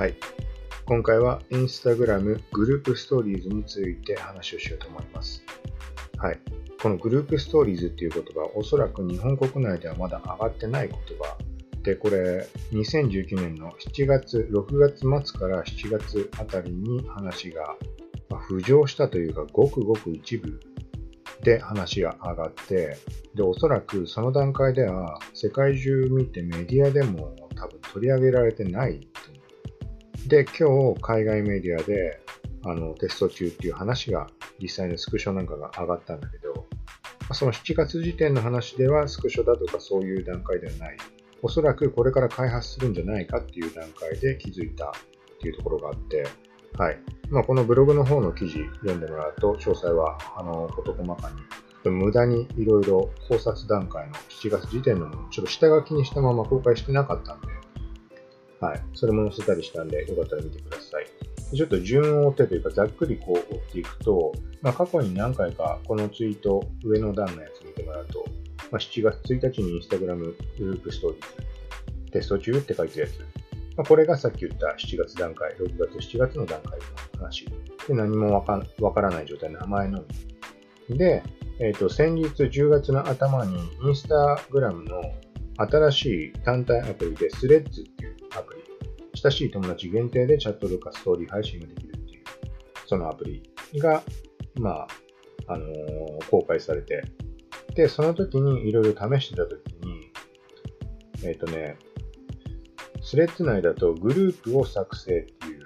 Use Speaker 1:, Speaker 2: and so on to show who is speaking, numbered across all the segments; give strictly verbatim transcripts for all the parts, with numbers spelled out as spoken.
Speaker 1: はい。今回は Instagram グループストーリーズについて話をしようと思います。はい。このグループストーリーズっていう言葉はおそらく日本国内ではまだ上がってない言葉で、これにせんじゅうきゅうねんのしちがつ、ろくがつ末からしちがつあたりに話が浮上したというか、ごくごく一部で話が上がって、で、おそらくその段階では世界中見てメディアでも多分取り上げられてないと思う。で、今日海外メディアであのテスト中っていう話が実際のスクショなんかが上がったんだけど、そのしちがつ時点の話ではスクショだとかそういう段階ではない。おそらくこれから開発するんじゃないかっていう段階で気づいたっていうところがあって、はい。まあ、このブログの方の記事読んでもらうと、詳細は、あの、事細かに、無駄にいろいろ考察段階のしちがつ時点のもの、ちょっと下書きにしたまま公開してなかったんで、はい。それも載せたりしたんで、よかったら見てください。ちょっと順を追ってというか、ざっくりこう追っていくと、まあ、過去に何回かこのツイート、上の段のやつ見てもらうと、まあ、しちがつついたちに Instagram グループストーリーズ、テスト中って書いてるやつ。まあ、これがさっき言ったしちがつ段階、ろくがつ、しちがつの段階の話。で、何もわかわからない状態、名前のみ。で、えっと、先日じゅうがつの頭に Instagram の新しい単体アプリで Threads っていうアプリ。親しい友達限定でチャットとかストーリー配信ができるっていう、そのアプリが、まあ、あのー、公開されて、で、その時にいろいろ試してた時に、えっとね、スレッズ内だとグループを作成っていう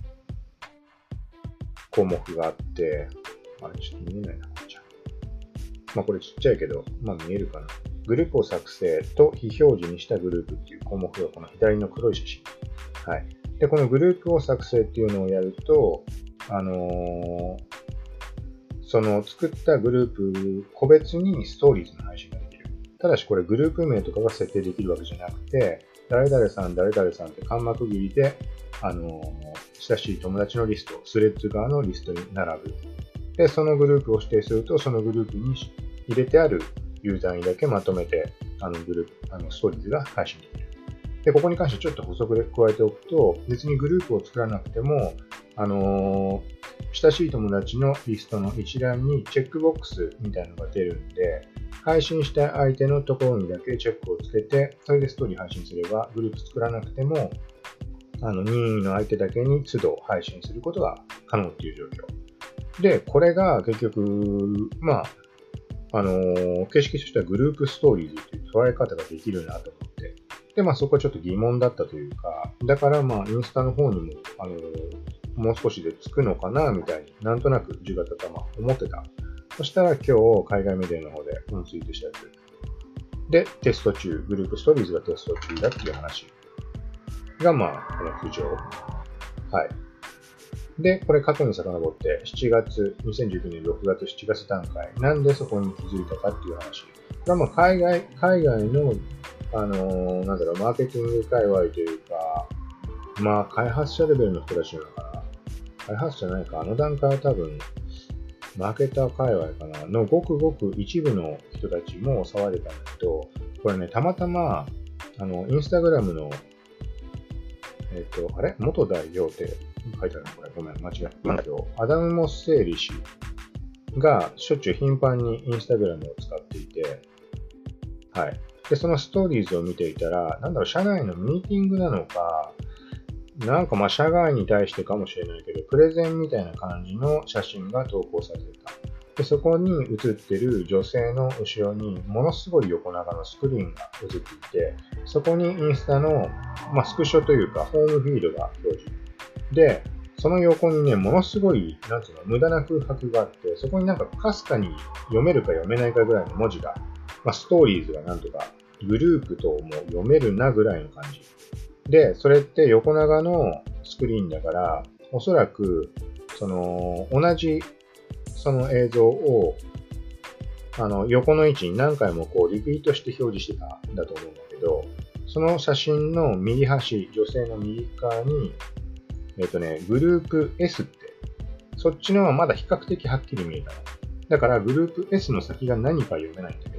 Speaker 1: 項目があって、あれちょっと見えないな、こっちゃ。まあこれちっちゃいけど、まあ見えるかな。グループを作成と非表示にしたグループっていう項目がこの左の黒い写真。はい。で、このグループを作成っていうのをやると、あのー、その作ったグループ個別にストーリーズの配信ができる。ただしこれグループ名とかが設定できるわけじゃなくて、誰々さん、誰々さんって間幕切りで、あのー、親しい友達のリスト、スレッズ側のリストに並ぶ。で、そのグループを指定すると、そのグループに入れてあるユーザーにだけまとめて、あのグループ、あのストーリーズが配信できる。で、ここに関してちょっと補足で加えておくと、別にグループを作らなくても、あのー、親しい友達のリストの一覧にチェックボックスみたいなのが出るんで、配信した相手のところにだけチェックをつけて、それでストーリー配信すれば、グループ作らなくても、あの、任意の相手だけに都度配信することが可能っていう状況。で、これが結局、まあ、あのー、形式としてはグループストーリーズという捉え方ができるなと思って。で、まあそこはちょっと疑問だったというか、だからまあインスタの方にも、あのー、もう少しでつくのかなみたいになんとなくじゅうがつ頭思ってた。そしたら今日海外メディアの方でこのツイートしたやつ。で、テスト中、グループストーリーズがテスト中だっていう話がまあ、この浮上。はい。で、これ過去に遡ってしちがつ、にせんじゅうきゅうねんろくがつ、しちがつ段階。なんでそこに気づいたかっていう話。これはまあ海外、海外の、あのー、なんだろう、マーケティング界隈というか、まあ開発者レベルの人たちなのかな。開発者じゃないか。あの段階は多分、マーケター界隈かなのごくごく一部の人たちも騒いでたんだけど、これね、たまたま、あの、インスタグラムの、えっと、あれ元代表って書いてあるのこれ。ごめん、間違えたけど、アダム・モッセーリ氏がしょっちゅう頻繁にインスタグラムを使っていて、はい。で、そのストーリーズを見ていたら、なんだろう、社内のミーティングなのか、なんかまあ社外に対してかもしれないけど、プレゼンみたいな感じの写真が投稿されてた。で、そこに写ってる女性の後ろにものすごい横長のスクリーンが写っていて、そこにインスタの、まあ、スクショというかホームフィードが表示。で、その横にね、ものすごい、なんつうの、無駄な空白があって、そこになんかかすかに読めるか読めないかぐらいの文字が、まあ、ストーリーズがなんとか、グループとも読めるなぐらいの感じ。で、それって横長のスクリーンだから、おそらく、その、同じ、その映像を、あの、横の位置に何回もこう、リピートして表示してたんだと思うんだけど、その写真の右端、女性の右側に、えっとね、グループ S って、そっちのはまだ比較的はっきり見えたの。だから、グループ S の先が何か読めないんだけど、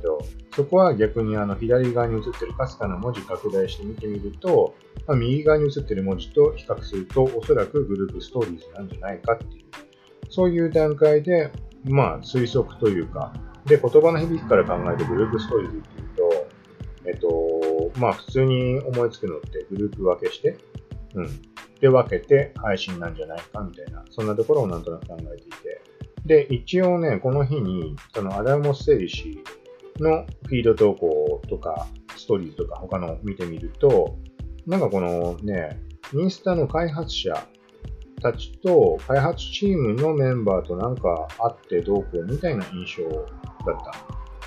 Speaker 1: そこは逆にあの左側に映ってるかすかな文字拡大して見てみると、まあ、右側に映ってる文字と比較すると、おそらくグループストーリーズなんじゃないかっていう、そういう段階で、まあ推測というか、で、言葉の響きから考えてグループストーリーズっていうと、えっと、まあ普通に思いつくのってグループ分けして、うん。で分けて配信なんじゃないかみたいな、そんなところをなんとなく考えていて。で、一応ね、この日に、そのアダモス・セリ氏のフィード投稿とか、ストーリーズとか他の見てみると、なんかこのね、インスタの開発者たちと開発チームのメンバーとなんか会ってどうこうみたいな印象だった。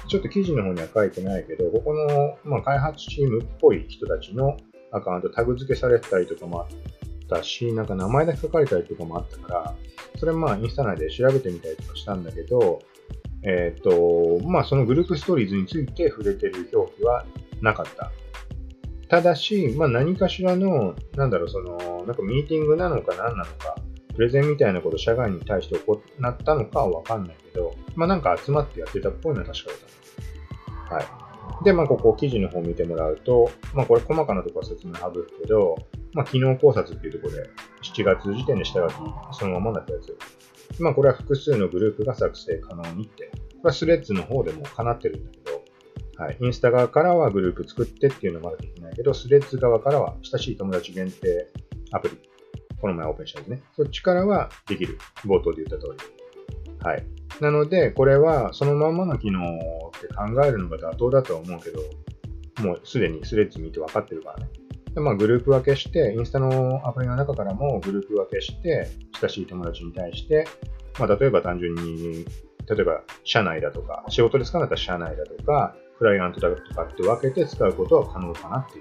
Speaker 1: ちょっと記事の方には書いてないけど、ここの、まあ、開発チームっぽい人たちのアカウントタグ付けされてたりとかもあったし、なんか名前だけ書かれたりとかもあったから、それまあインスタ内で調べてみたりとかしたんだけど、えっと、まあそのグループストーリーズについて触れてる表記はなかった。ただし、まあ何かしらの、なんだろう、その、なんかミーティングなのか何なのか、プレゼンみたいなことを社外に対して行ったのかはわかんないけど、まあなんか集まってやってたっぽいのは確かだった。はい。で、まあここ記事の方を見てもらうと、まあこれ細かなところは説明省くけど、まあ機能考察っていうところでしちがつ時点で下書きそのままだったやつ。まあこれは複数のグループが作成可能にって、これはスレッズの方でも叶ってるんだけど、はい。インスタ側からはグループ作ってっていうのはまだできないけど、スレッズ側からは親しい友達限定アプリ。この前オープンしたやつね。そっちからはできる。冒頭で言った通り。はい。なので、これはそのまんまの機能って考えるのが妥当だとは思うけど、もうすでにスレッズ見て分かってるからね。でまあ、グループ分けして、インスタのアプリの中からもグループ分けして、親しい友達に対して、まあ、例えば単純に、例えば社内だとか、仕事で使うんだったら社内だとか、クライアントだとかって分けて使うことは可能かなっていう。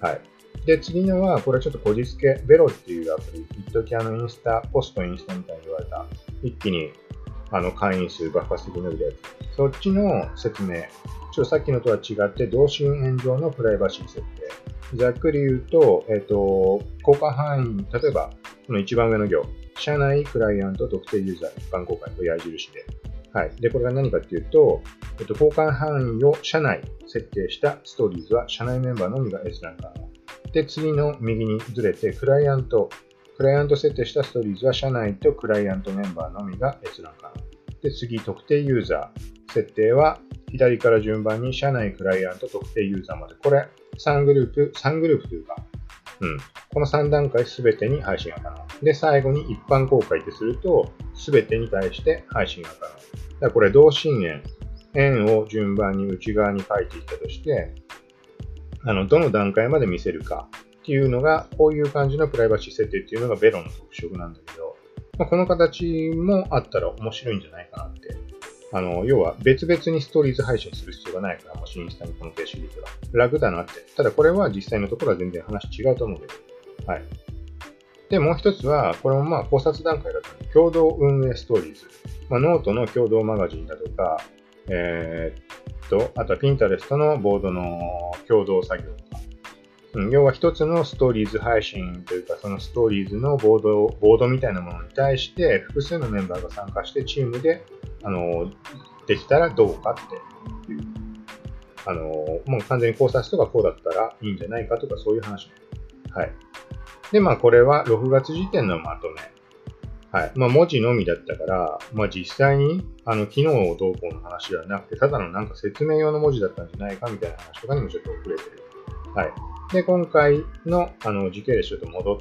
Speaker 1: はい。で、次のは、これはちょっとこじつけ、ベロっていうアプリ、一時あのインスタ、ポストインスタみたいに言われた、一気にあの会員数爆発的に伸びたやつ。そっちの説明。ちょっとさっきのとは違って、同心円状のプライバシー設定。ざっくり言うと、えっと、公開範囲、例えば、この一番上の行、社内、クライアント、特定ユーザー、一般公開、これ矢印で。はい。で、これが何かっていうと、えっと、公開範囲を社内設定したストーリーズは社内メンバーのみが閲覧可能。で、次の右にずれて、クライアント、クライアント設定したストーリーズは社内とクライアントメンバーのみが閲覧可能。で、次、特定ユーザー設定は、左から順番に社内、クライアント、特定ユーザーまで。これ、さんグループ、さんグループというか、うん。このさん段階すべてに配信が可能。で、最後に一般公開ってすると、すべてに対して配信が可能。だからこれ、同心円、円を順番に内側に書いていったとして、あの、どの段階まで見せるかっていうのが、こういう感じのプライバシー設定っていうのがベロの特色なんだけど、まあ、この形もあったら面白いんじゃないかなって。あの、要は別々にストーリーズ配信する必要がないから、もしインスタにこの形式でいけば。楽だなって。ただこれは実際のところは全然話違うと思うけど。はい。で、もう一つは、これもまあ考察段階だったので、共同運営ストーリーズ。まあ、ノートの共同マガジンだとか、えー、っと、あとは Pinterest のボードの共同作業とか。うん、要は一つのストーリーズ配信というか、そのストーリーズのボード、ボードみたいなものに対して、複数のメンバーが参加してチームで、あの、できたらどうかっていう。あの、もう完全に考察とかこうだったらいいんじゃないかとかそういう話。はい。で、まあこれはろくがつ時点のまとめ。はい。まあ文字のみだったから、まあ実際に、あの、機能をどうこうの話ではなくて、ただのなんか説明用の文字だったんじゃないかみたいな話とかにもちょっと遅れてる。はい。で、今回の、あの、時系列ちょっと戻って、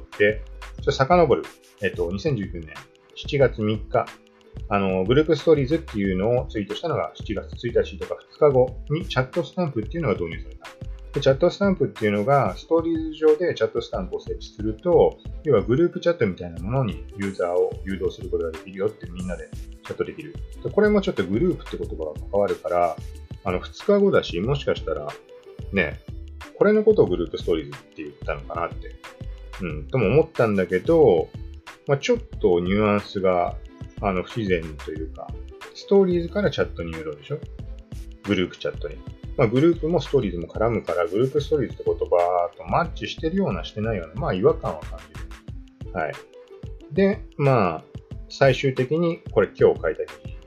Speaker 1: ちょっと遡る。えっと、にせんじゅうきゅうねんしちがつみっか、あの、グループストーリーズっていうのをツイートしたのがしちがつついたちとかふつかごにチャットスタンプっていうのが導入された。でチャットスタンプっていうのが、ストーリーズ上でチャットスタンプを設置すると、要はグループチャットみたいなものにユーザーを誘導することができるよってみんなでチャットできる。でこれもちょっとグループって言葉が関わるから、あの、ふつかごだし、もしかしたら、ね、これのことをグループストーリーズって言ったのかなって、うん、とも思ったんだけど、まあ、ちょっとニュアンスが、あの、不自然というか、ストーリーズからチャットに誘導でしょ？グループチャットに。まあ、グループもストーリーズも絡むから、グループストーリーズって言葉とマッチしてるような、してないような、まあ、違和感は感じる。はい。で、まあ、最終的に、これ今日書いた記事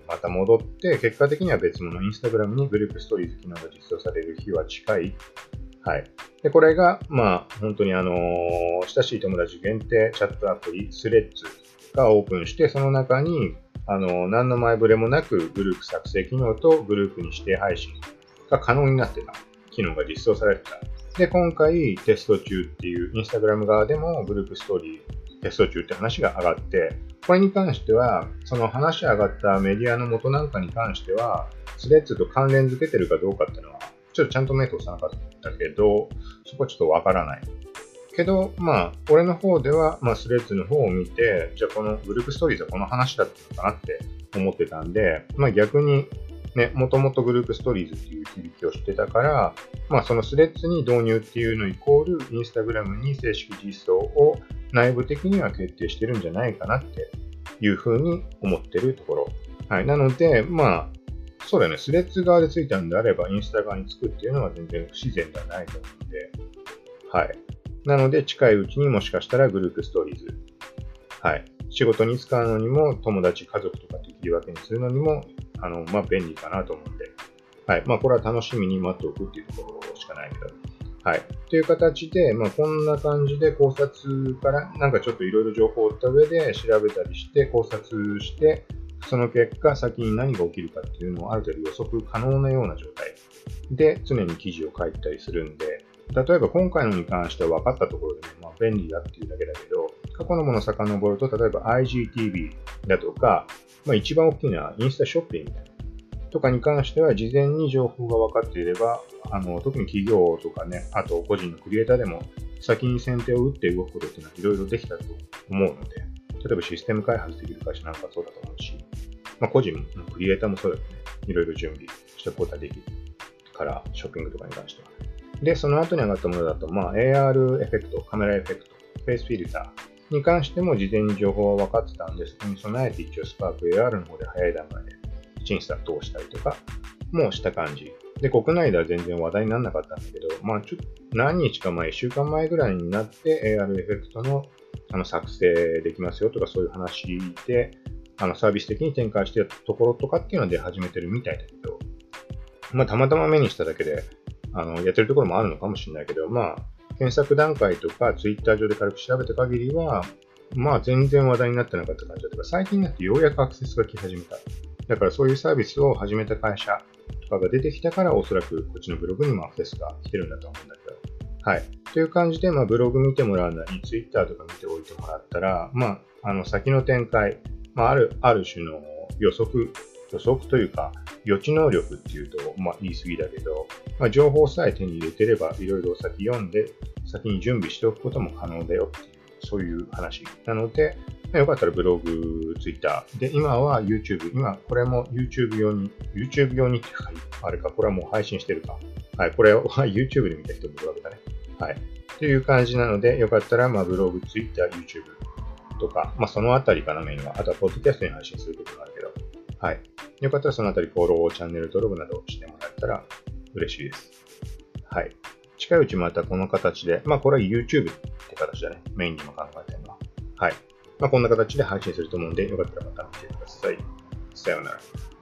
Speaker 1: また戻って、結果的には別物、インスタグラムにグループストーリーズ機能が実装される日は近い。はい。で、これが、まあ、本当にあのー、親しい友達限定チャットアプリ、スレッズがオープンして、その中に、あのー、何の前触れもなくグループ作成機能とグループに指定配信が可能になってた機能が実装されてた。で、今回テスト中っていう、インスタグラム側でもグループストーリーテスト中って話が上がって、これに関しては、その話上がったメディアの元なんかに関しては、スレッズと関連付けてるかどうかっていうのは、ちょっとちゃんと目通さなかったけど、そこはちょっとわからない。けど、まあ、俺の方では、まあ、スレッズの方を見て、じゃあこのグループストーリーズはこの話だったのかなって思ってたんで、まあ逆に、ね、もともとグループストーリーズっていう響きをしてたから、まあそのスレッズに導入っていうのイコール、インスタグラムに正式実装を内部的には決定してるんじゃないかなっていうふうに思ってるところ。はい。なので、まあ、そうだよね。スレッズ側でついたんであれば、インスタ側につくっていうのは全然不自然ではないと思うので、はい。なので、近いうちにもしかしたらグループストーリーズ、はい。仕事に使うのにも、友達、家族とかって切り分けにするのにも、あの、まあ、便利かなと思うんで、はい。まあ、これは楽しみに待っておくっていうところしかないけど、はい。という形で、まあ、こんな感じで考察から、なんかちょっといろいろ情報を追った上で調べたりして考察して、その結果、先に何が起きるかっていうのをある程度予測可能なような状態で常に記事を書いたりするんで、例えば今回のに関しては分かったところで、ね、まあ、便利だっていうだけだけど、過去のものを遡ると、例えば アイジーティービー だとか、まあ、一番大きいのはインスタショッピングとかに関しては、事前に情報が分かっていれば、あの特に企業とかね、あと個人のクリエイターでも先に先手を打って動くことっていうのはいろいろできたと思うので、例えばシステム開発できる会社なんかそうだと思うし、まあ、個人のクリエイターもそうだよね。いろいろ準備しておくことができるから、ショッピングとかに関しては。で、その後に上がったものだと、まあ、エーアール エフェクト、カメラエフェクト、フェイスフィルターに関しても事前に情報は分かってたんで、そこに備えて一応スパーク エーアール の方で早い段階で審査通したりとかもした感じ。で、国内では全然話題にならなかったんだけど、まあ、ちょっと何日か前、いっしゅうかんまえぐらいになって エーアール エフェクトのあの作成できますよとかそういう話で、あのサービス的に展開しているところとかっていうので始めてるみたいだけど、まあ、たまたま目にしただけで、あの、やってるところもあるのかもしれないけど、まあ、検索段階とか、ツイッター上で軽く調べた限りは、まあ、全然話題になってなかった感じだったから、最近になってようやくアクセスが来始めた。だからそういうサービスを始めた会社とかが出てきたから、おそらくこっちのブログにもアクセスが来てるんだと思うんだけど。はい。という感じで、まあ、ブログ見てもらうなり、ツイッターとか見ておいてもらったら、まあ、あの、先の展開、まあ、ある、ある種の予測、予測というか、予知能力っていうと、まあ、言い過ぎだけど、まあ、情報さえ手に入れてれば、いろいろ先読んで、先に準備しておくことも可能だよっていう、そういう話なので、まあ、よかったらブログ、ツイッター、で、今は YouTube、今、これも YouTube 用に、YouTube 用にっていうか、あれか、これはもう配信してるか。はい、これは YouTube で見た人もいるわけだね。はい。という感じなので、よかったら、まあ、ブログ、ツイッター、YouTube とか、まあ、そのあたりかな、メインは。あとは、ポッドキャストに配信することもあるけど、はい。よかったらそのあたりフォロー、チャンネル登録などしてもらえたら嬉しいです。はい。近いうちまたこの形で、まあこれは YouTube って形だね。メインにも考えてるのは。はい。まあこんな形で配信すると思うんで、よかったらまた見てください。さようなら。